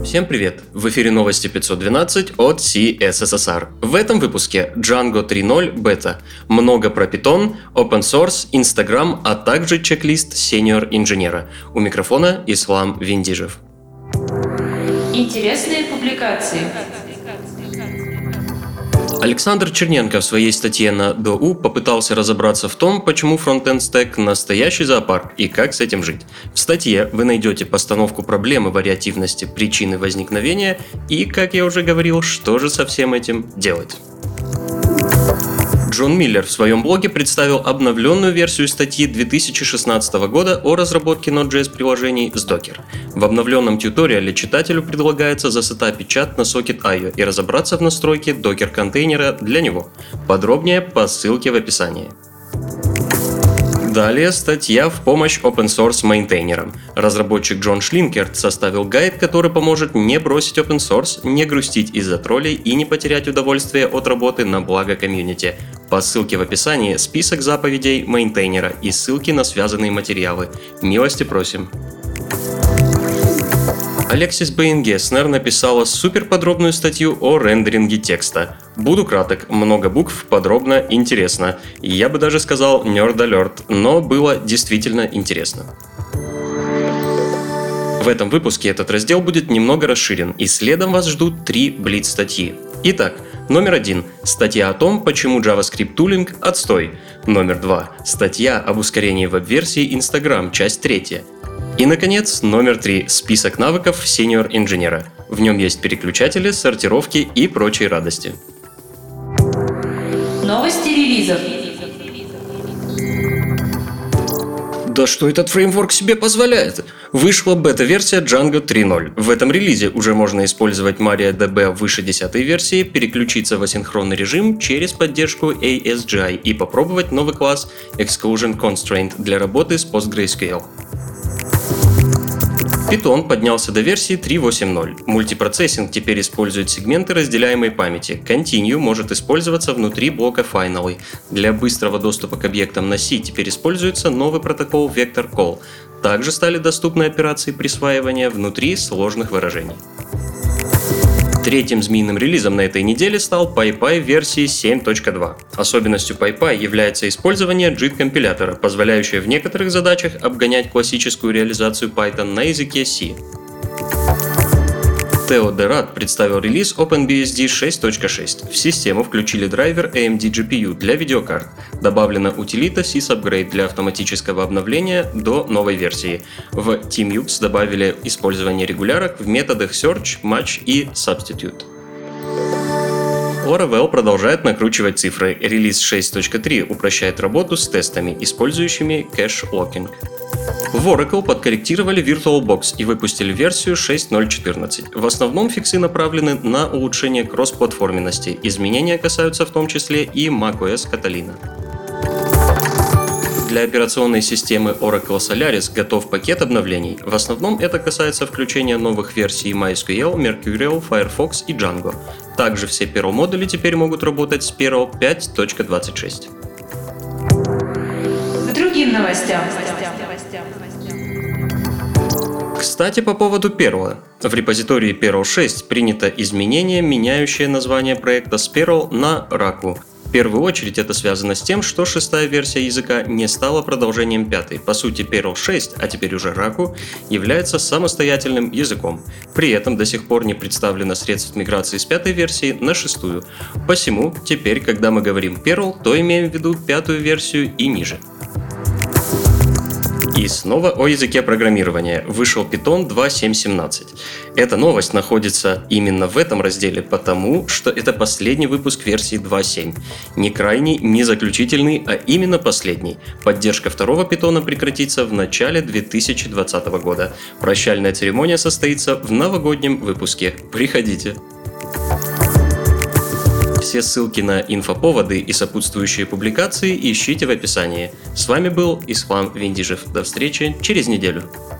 Всем привет! В эфире новости 512 от CSSR. В этом выпуске Django 3.0 бета, много про Python, Open Source, Instagram, а также чек-лист сеньор-инженера. У микрофона Ислам Виндижев. Интересные публикации. Александр Черненко в своей статье на ДОУ попытался разобраться в том, почему фронтенд стэк настоящий зоопарк и как с этим жить. В статье вы найдете постановку проблемы вариативности, причины возникновения и, как я уже говорил, что же со всем этим делать. Джон Миллер в своем блоге представил обновленную версию статьи 2016 года о разработке Node.js приложений с Docker. В обновленном тьюториале читателю предлагается засетапить чат на Socket.io и разобраться в настройке Docker контейнера для него. Подробнее по ссылке в описании. Далее статья в помощь open source мейнтейнерам. Разработчик Джон Шлинкерт составил гайд, который поможет не бросить open source, не грустить из-за троллей и не потерять удовольствие от работы на благо комьюнити. По ссылке в описании список заповедей мейнтейнера и ссылки на связанные материалы. Милости просим. Алексис Бейн-Геснер написала суперподробную статью о рендеринге текста. Буду краток, много букв, подробно, интересно. Я бы даже сказал nerd alert, но было действительно интересно. В этом выпуске этот раздел будет немного расширен, и следом вас ждут 3 блиц-статьи. Итак, номер 1. Статья о том, почему JavaScript Tooling – отстой. Номер 2. Статья об ускорении веб-версии Instagram, часть 3. И, наконец, номер 3. Список навыков сеньор-инженера. В нем есть переключатели, сортировки и прочие радости. Новости релизов. Да что этот фреймворк себе позволяет? Вышла бета-версия Django 3.0. В этом релизе уже можно использовать MariaDB выше 10 версии, переключиться в асинхронный режим через поддержку ASGI и попробовать новый класс Exclusion Constraint для работы с PostgreSQL. Python поднялся до версии 3.8.0. Мультипроцессинг теперь использует сегменты разделяемой памяти. Continue может использоваться внутри блока Finally. Для быстрого доступа к объектам на C теперь используется новый протокол Vector Call. Также стали доступны операции присваивания внутри сложных выражений. Третьим змеиным релизом на этой неделе стал PyPy версии 7.2. Особенностью PyPy является использование JIT-компилятора, позволяющее в некоторых задачах обгонять классическую реализацию Python на языке C. Тео де Рад представил релиз OpenBSD 6.6. В систему включили драйвер AMD GPU для видеокарт. Добавлена утилита sysupgrade для автоматического обновления до новой версии. В TeamUX добавили использование регулярок в методах search, match и substitute. Laravel продолжает накручивать цифры. Релиз 6.3 упрощает работу с тестами, использующими кэш-локинг. В Oracle подкорректировали VirtualBox и выпустили версию 6.0.14. В основном фиксы направлены на улучшение кроссплатформенности. Изменения касаются в том числе и macOS Catalina. Для операционной системы Oracle Solaris готов пакет обновлений. В основном это касается включения новых версий MySQL, Mercurial, Firefox и Django. Также все Perl-модули теперь могут работать с Perl 5.26. К другим новостям. Кстати, по поводу Perl. В репозитории Perl 6 принято изменение, меняющее название проекта с Perl на Raku. В первую очередь это связано с тем, что шестая версия языка не стала продолжением пятой. По сути, Perl 6, а теперь уже Raku, является самостоятельным языком. При этом до сих пор не представлено средств миграции с пятой версии на шестую. Посему, теперь, когда мы говорим Perl, то имеем в виду пятую версию и ниже. И снова о языке программирования. Вышел Python 2.7.17. Эта новость находится именно в этом разделе, потому что это последний выпуск версии 2.7. Не крайний, не заключительный, а именно последний. Поддержка второго Python прекратится в начале 2020 года. Прощальная церемония состоится в новогоднем выпуске. Приходите! Все ссылки на инфоповоды и сопутствующие публикации ищите в описании. С вами был Ислам Виндижев. До встречи через неделю.